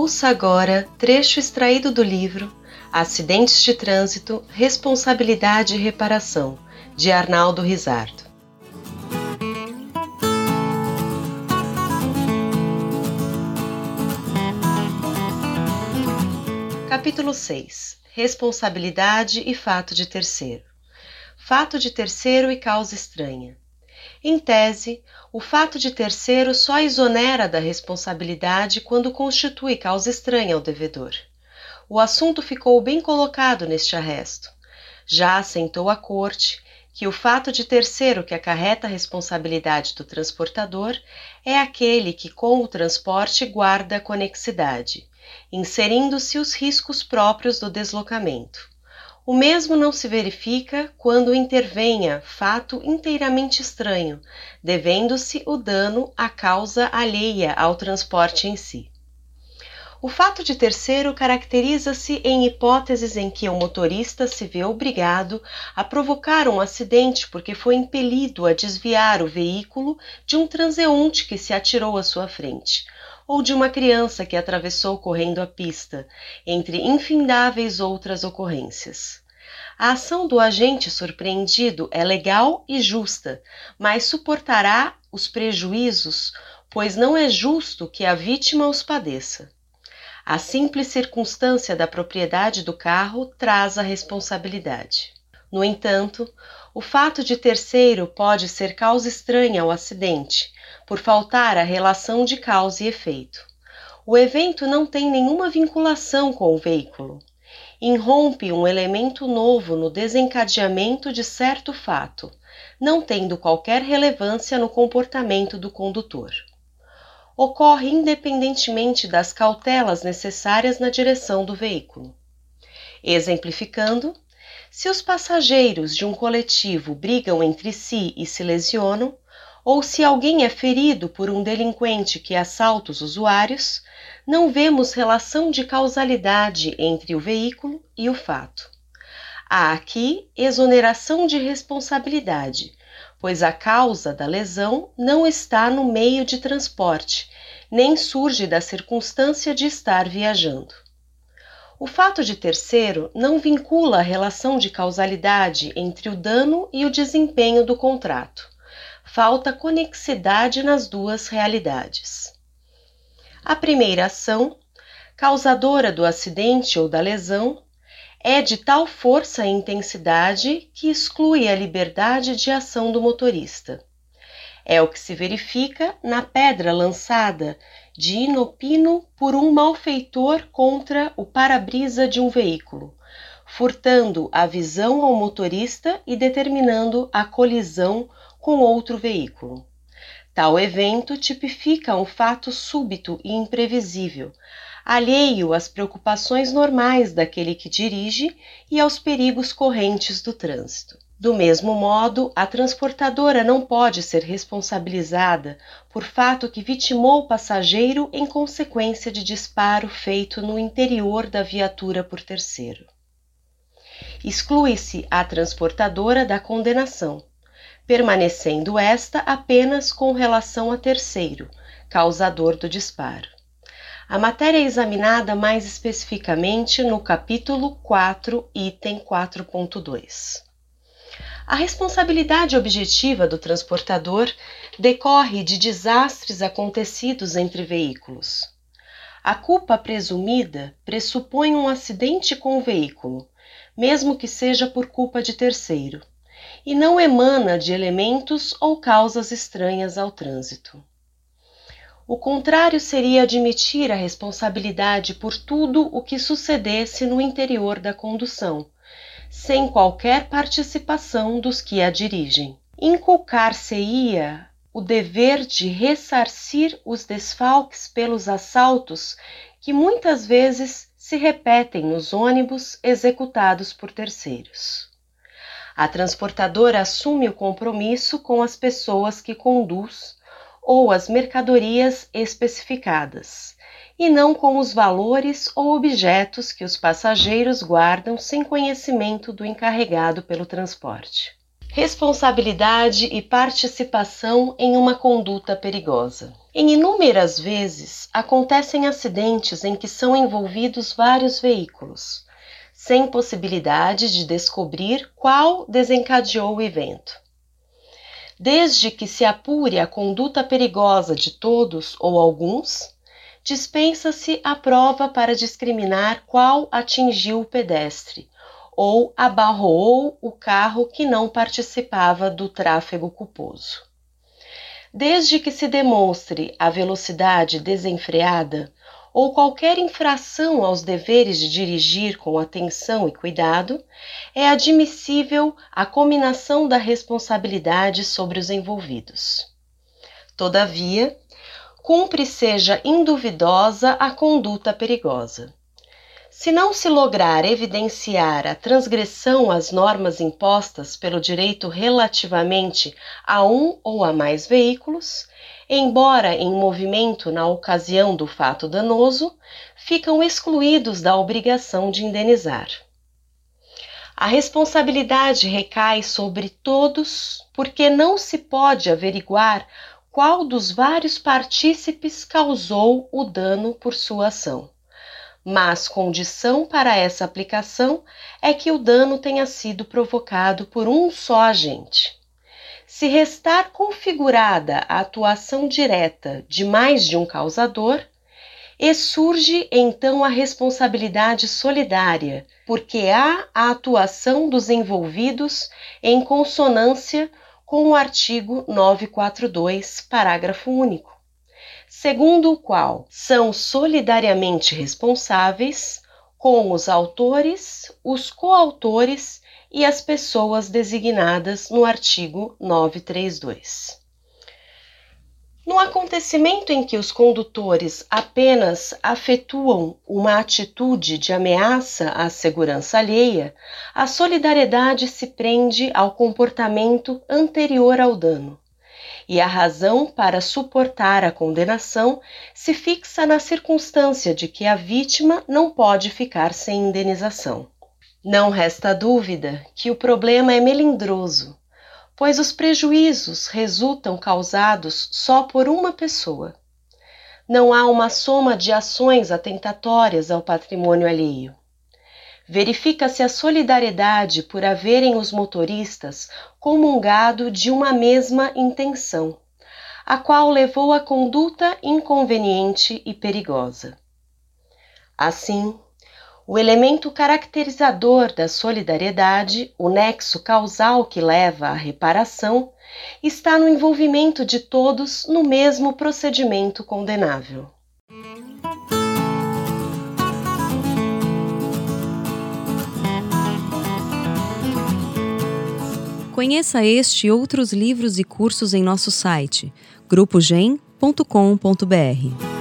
Ouça agora trecho extraído do livro Acidentes de Trânsito, Responsabilidade e Reparação, de Arnaldo Rizzardo. Capítulo 6. Responsabilidade e fato de terceiro. Fato de terceiro e causa estranha. Em tese, o fato de terceiro só exonera da responsabilidade quando constitui causa estranha ao devedor. O assunto ficou bem colocado neste arresto. Já assentou a Corte que o fato de terceiro que acarreta a responsabilidade do transportador é aquele que com o transporte guarda a conexidade, inserindo-se os riscos próprios do deslocamento. O mesmo não se verifica quando intervenha fato inteiramente estranho, devendo-se o dano à causa alheia ao transporte em si. O fato de terceiro caracteriza-se em hipóteses em que o motorista se vê obrigado a provocar um acidente porque foi impelido a desviar o veículo de um transeunte que se atirou à sua frente, ou de uma criança que atravessou correndo a pista, entre infindáveis outras ocorrências. A ação do agente surpreendido é legal e justa, mas suportará os prejuízos, pois não é justo que a vítima os padeça. A simples circunstância da propriedade do carro traz a responsabilidade. No entanto, o fato de terceiro pode ser causa estranha ao acidente, por faltar a relação de causa e efeito. O evento não tem nenhuma vinculação com o veículo. Irrompe um elemento novo no desencadeamento de certo fato, não tendo qualquer relevância no comportamento do condutor. Ocorre independentemente das cautelas necessárias na direção do veículo. Exemplificando, se os passageiros de um coletivo brigam entre si e se lesionam, ou se alguém é ferido por um delinquente que assalta os usuários, não vemos relação de causalidade entre o veículo e o fato. Há aqui exoneração de responsabilidade, pois a causa da lesão não está no meio de transporte, nem surge da circunstância de estar viajando. O fato de terceiro não vincula a relação de causalidade entre o dano e o desempenho do contrato. Falta conexidade nas duas realidades. A primeira ação, causadora do acidente ou da lesão, é de tal força e intensidade que exclui a liberdade de ação do motorista. É o que se verifica na pedra lançada de inopino por um malfeitor contra o para-brisa de um veículo, furtando a visão ao motorista e determinando a colisão com outro veículo. Tal evento tipifica um fato súbito e imprevisível, alheio às preocupações normais daquele que dirige e aos perigos correntes do trânsito. Do mesmo modo, a transportadora não pode ser responsabilizada por fato que vitimou o passageiro em consequência de disparo feito no interior da viatura por terceiro. Exclui-se a transportadora da condenação, permanecendo esta apenas com relação a terceiro, causador do disparo. A matéria é examinada mais especificamente no capítulo 4, item 4.2. A responsabilidade objetiva do transportador decorre de desastres acontecidos entre veículos. A culpa presumida pressupõe um acidente com o veículo, mesmo que seja por culpa de terceiro, e não emana de elementos ou causas estranhas ao trânsito. O contrário seria admitir a responsabilidade por tudo o que sucedesse no interior da condução, sem qualquer participação dos que a dirigem. Inculcar-se-ia o dever de ressarcir os desfalques pelos assaltos que muitas vezes se repetem nos ônibus executados por terceiros. A transportadora assume o compromisso com as pessoas que conduz ou as mercadorias especificadas, e não com os valores ou objetos que os passageiros guardam sem conhecimento do encarregado pelo transporte. Responsabilidade e participação em uma conduta perigosa. Em inúmeras vezes, acontecem acidentes em que são envolvidos vários veículos, sem possibilidade de descobrir qual desencadeou o evento. Desde que se apure a conduta perigosa de todos ou alguns, dispensa-se a prova para discriminar qual atingiu o pedestre ou abarroou o carro que não participava do tráfego culposo. Desde que se demonstre a velocidade desenfreada ou qualquer infração aos deveres de dirigir com atenção e cuidado, é admissível a cominação da responsabilidade sobre os envolvidos. Todavia, cumpre seja induvidosa a conduta perigosa. Se não se lograr evidenciar a transgressão às normas impostas pelo direito relativamente a um ou a mais veículos, embora em movimento na ocasião do fato danoso, ficam excluídos da obrigação de indenizar. A responsabilidade recai sobre todos, porque não se pode averiguar qual dos vários partícipes causou o dano por sua ação. Mas condição para essa aplicação é que o dano tenha sido provocado por um só agente. Se restar configurada a atuação direta de mais de um causador, surge então a responsabilidade solidária, porque há a atuação dos envolvidos em consonância com o artigo 942, parágrafo único, segundo o qual são solidariamente responsáveis com os autores, os coautores e as pessoas designadas no artigo 932. No acontecimento em que os condutores apenas afetuam uma atitude de ameaça à segurança alheia, a solidariedade se prende ao comportamento anterior ao dano, e a razão para suportar a condenação se fixa na circunstância de que a vítima não pode ficar sem indenização. Não resta dúvida que o problema é melindroso, pois os prejuízos resultam causados só por uma pessoa. Não há uma soma de ações atentatórias ao patrimônio alheio. Verifica-se a solidariedade por haverem os motoristas comungado de uma mesma intenção, a qual levou à conduta inconveniente e perigosa. Assim, o elemento caracterizador da solidariedade, o nexo causal que leva à reparação, está no envolvimento de todos no mesmo procedimento condenável. Conheça este e outros livros e cursos em nosso site grupogen.com.br.